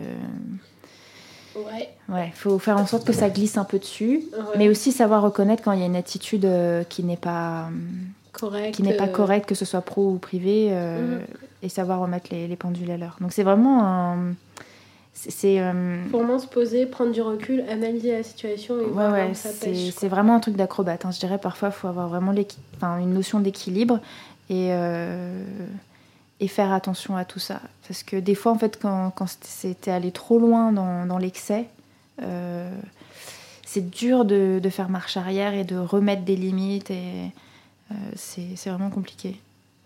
Ouais. Ouais, faut faire en sorte que ça glisse un peu dessus, ouais. mais aussi savoir reconnaître quand il y a une attitude euh, qui n'est pas correcte, qui n'est pas correcte, que ce soit pro ou privé, euh, mm. et savoir remettre les, les pendules à l'heure. Donc c'est vraiment un... C'est, c'est, euh... Faut vraiment se poser, prendre du recul, analyser la situation et ouais, voir ouais, où ça c'est, pêche. C'est vraiment un truc d'acrobate, hein. Je dirais parfois il faut avoir vraiment enfin, une notion d'équilibre et... Euh... et faire attention à tout ça. Parce que des fois, en fait, quand, quand c'était allé trop loin dans, dans l'excès, euh, c'est dur de, de faire marche arrière et de remettre des limites. Et, euh, c'est, c'est vraiment compliqué.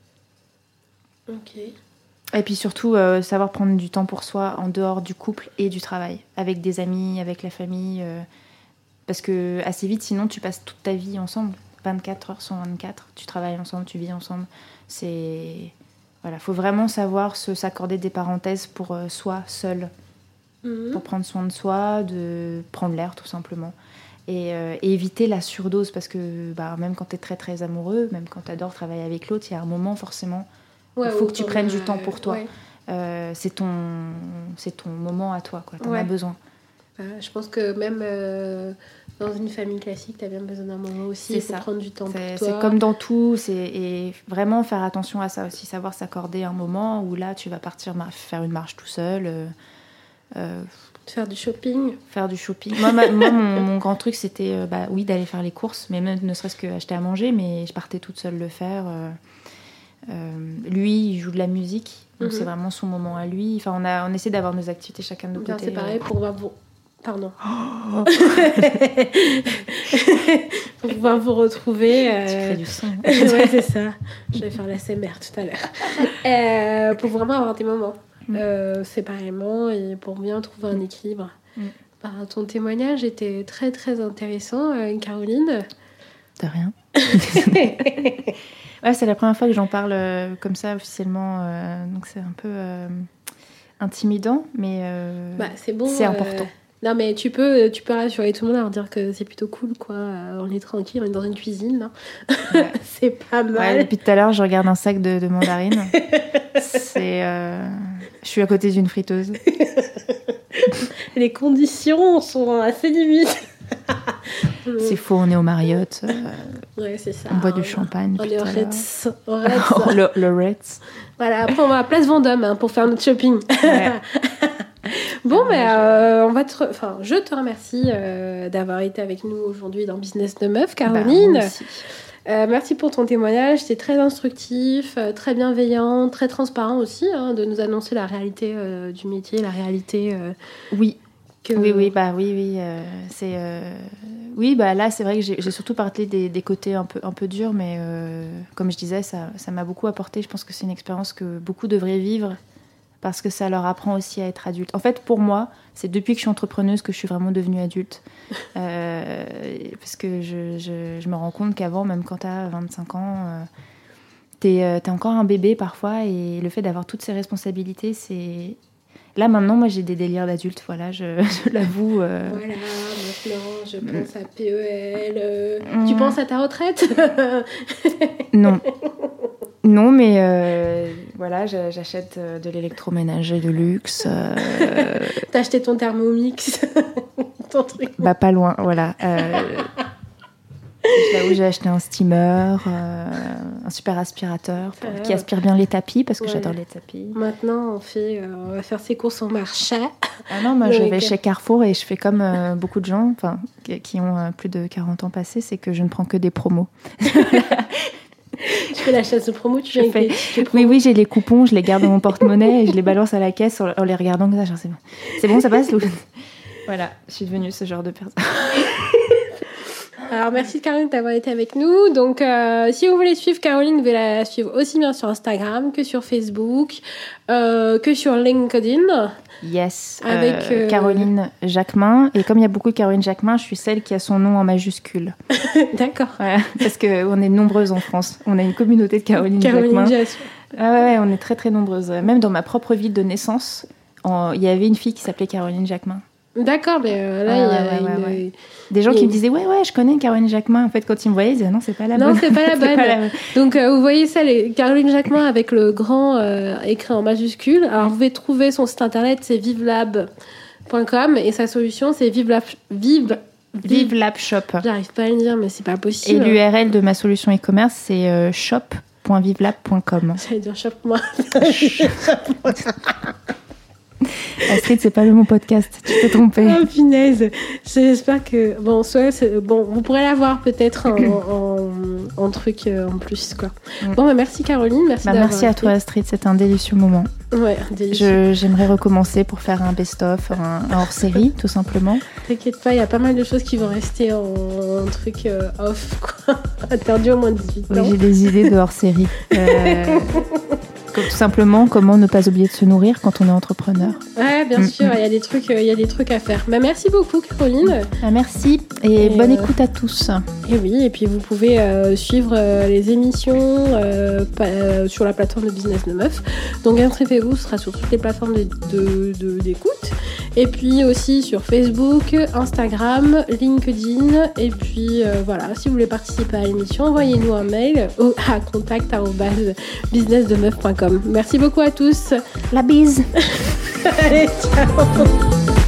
Ok. Et puis surtout, euh, savoir prendre du temps pour soi en dehors du couple et du travail. Avec des amis, avec la famille. Euh, Parce que assez vite, sinon, tu passes toute ta vie ensemble. vingt-quatre heures sur vingt-quatre, tu travailles ensemble, tu vis ensemble. C'est... Voilà, faut vraiment savoir se, s'accorder des parenthèses pour euh, soi, seul. Mmh. Pour prendre soin de soi, de prendre l'air, tout simplement. Et, euh, et éviter la surdose, parce que bah, même quand tu es très très amoureux, même quand tu adores travailler avec l'autre, il y a un moment forcément ouais, il faut que tu prennes euh, du temps pour toi. Ouais. Euh, c'est, ton, c'est ton moment à toi, quoi. Tu en ouais. as besoin. Euh, je pense que même euh, dans une famille classique, tu as bien besoin d'un moment aussi c'est pour ça. Prendre du temps c'est, pour toi. C'est comme dans tout, c'est, et vraiment faire attention à ça aussi, savoir s'accorder un moment où là tu vas partir mar- faire une marche tout seul. Euh, euh, Faire du shopping. Faire du shopping. Moi, ma, moi mon, mon grand truc, c'était euh, bah, oui, d'aller faire les courses, mais même ne serait-ce qu'acheter à manger, mais je partais toute seule le faire. Euh, euh, lui, il joue de la musique, donc mm-hmm. c'est vraiment son moment à lui. Enfin, on, a, on essaie d'avoir nos activités chacun de notre Bien, côté. C'est pareil pour pouvoir vous... Pardon. Oh. Pour pouvoir vous retrouver. Euh... Tu fais du son. Ouais, c'est ça. Je vais faire la S M R tout à l'heure. Euh, pour vraiment avoir des moments. Mm. Euh, séparément et pour bien trouver un équilibre. Mm. Bah, ton témoignage était très très intéressant, euh, Caroline. De rien. Ouais, c'est la première fois que j'en parle euh, comme ça officiellement, euh, donc c'est un peu euh, intimidant, mais euh, bah, c'est bon. C'est important. Euh... Non mais tu peux, tu peux rassurer tout le monde à leur dire que c'est plutôt cool quoi. On est tranquille, on est dans une cuisine là. Ouais. C'est pas mal. Ouais, depuis tout à l'heure, je regarde un sac de, de mandarines. c'est, euh... je suis à côté d'une friteuse. Les conditions sont assez limites. C'est faux, on est au Marriott. Euh... Ouais, c'est ça. On boit du on champagne. On est au Ritz. Au Ritz. le, le Ritz. Voilà, après on va à Place Vendôme hein, pour faire notre shopping. Ouais. Bon, mais ben, euh, on va te re... enfin, je te remercie euh, d'avoir été avec nous aujourd'hui dans Business de Meuf, Caroline. Bah, euh, merci pour ton témoignage, c'était très instructif, euh, très bienveillant, très transparent aussi, hein, de nous annoncer la réalité euh, du métier, la réalité. Euh, oui. Que... Oui, oui, bah oui, oui, euh, c'est, euh... oui, bah là, c'est vrai que j'ai, j'ai surtout parlé des, des côtés un peu, un peu durs, mais euh, comme je disais, ça, ça m'a beaucoup apporté. Je pense que c'est une expérience que beaucoup devraient vivre. Parce que ça leur apprend aussi à être adulte. En fait, pour moi, c'est depuis que je suis entrepreneuse que je suis vraiment devenue adulte. Euh, parce que je, je, je me rends compte qu'avant, même quand tu as vingt-cinq ans, euh, t'es, euh, t'es encore un bébé parfois. Et le fait d'avoir toutes ces responsabilités, c'est... Là, maintenant, moi, j'ai des délires d'adulte, voilà, je, je l'avoue. Euh... Voilà, maintenant, je pense à P E L. Euh... Mmh. Tu penses à ta retraite? Non. Non, mais euh, voilà, j'achète de l'électroménager de luxe. Euh... T'as acheté ton Thermomix, ton truc. Bah, pas loin, voilà. Euh... Là où j'ai acheté un steamer, euh, un super aspirateur pour, qui aspire bien les tapis parce que ouais. J'adore les tapis. Maintenant, on, fait, euh, on va faire ses courses au marché. Ah non, moi, je vais chez Carrefour et je fais comme euh, beaucoup de gens qui ont euh, plus de quarante ans passés, c'est que je ne prends que des promos. Tu fais la chasse de promo, tu je fais... Oui, oui, j'ai les coupons, je les garde dans mon porte-monnaie et je les balance à la caisse en, en les regardant comme ça. Genre, c'est bon, c'est bon, ça passe. Voilà, je suis devenue ce genre de personne. Alors, merci Caroline d'avoir été avec nous. Donc, euh, si vous voulez suivre Caroline, vous pouvez la suivre aussi bien sur Instagram que sur Facebook, euh, que sur LinkedIn. Yes, avec euh, euh... Caroline Jacquemin. Et comme il y a beaucoup de Caroline Jacquemin, je suis celle qui a son nom en majuscule. D'accord. Voilà, parce qu'on est nombreuses en France. On a une communauté de Caroline, Caroline Jacquemin. Ah ouais, ouais, on est très très nombreuses. Même dans ma propre ville de naissance, il y avait une fille qui s'appelait Caroline Jacquemin. D'accord, mais euh, là, il ah, y a ouais, une... ouais, ouais. Des gens qui me disaient « Ouais, ouais, je connais Caroline Jacquemin. » En fait, quand ils me voyaient, ils disaient « Non, c'est pas la non, bonne. » Non, c'est pas la bonne. Pas la bonne. Donc, euh, vous voyez ça, les... Caroline Jacquemin avec le grand euh, écrit en majuscule. Alors, vous pouvez trouver son site internet, c'est vivelab point com et sa solution, c'est vivelab... Vive... Vive Lab Shop. J'arrive pas à le dire, mais c'est pas possible. Et l'U R L de ma solution e-commerce, c'est euh, shop point vivelab point com. J'allais dire shop moi. Astrid, c'est pas le mon podcast, tu t'es trompée. Oh punaise, j'espère que bon, soit c'est... bon, vous pourrez l'avoir peut-être en, en, en truc euh, en plus quoi. Mm. Bon, bah, merci Caroline, merci. Bah, merci à toi Astrid, c'était un délicieux moment. Ouais, délicieux. Je, j'aimerais recommencer pour faire un best-of, un, un hors-série, tout simplement. T'inquiète pas, il y a pas mal de choses qui vont rester en, en truc euh, off quoi, interdit au moins de dix-huit ans. Oui, j'ai des idées de hors-série. Euh... Tout simplement, comment ne pas oublier de se nourrir quand on est entrepreneur. Ouais, bien mmh, sûr, il mmh. y a des trucs, il y a des trucs à faire. Bah, merci beaucoup, Caroline. Ah, merci et, et bonne euh... écoute à tous. Et oui, et puis vous pouvez euh, suivre euh, les émissions euh, pa- euh, sur la plateforme de Business de Meuf. Donc inscrivez-vous, ce sera sur toutes les plateformes de, de, de, d'écoute. Et puis aussi sur Facebook, Instagram, LinkedIn. Et puis euh, voilà, si vous voulez participer à l'émission, envoyez-nous un mail au, à contact arobase business de meuf point com. Merci beaucoup à tous. La bise. Allez, ciao.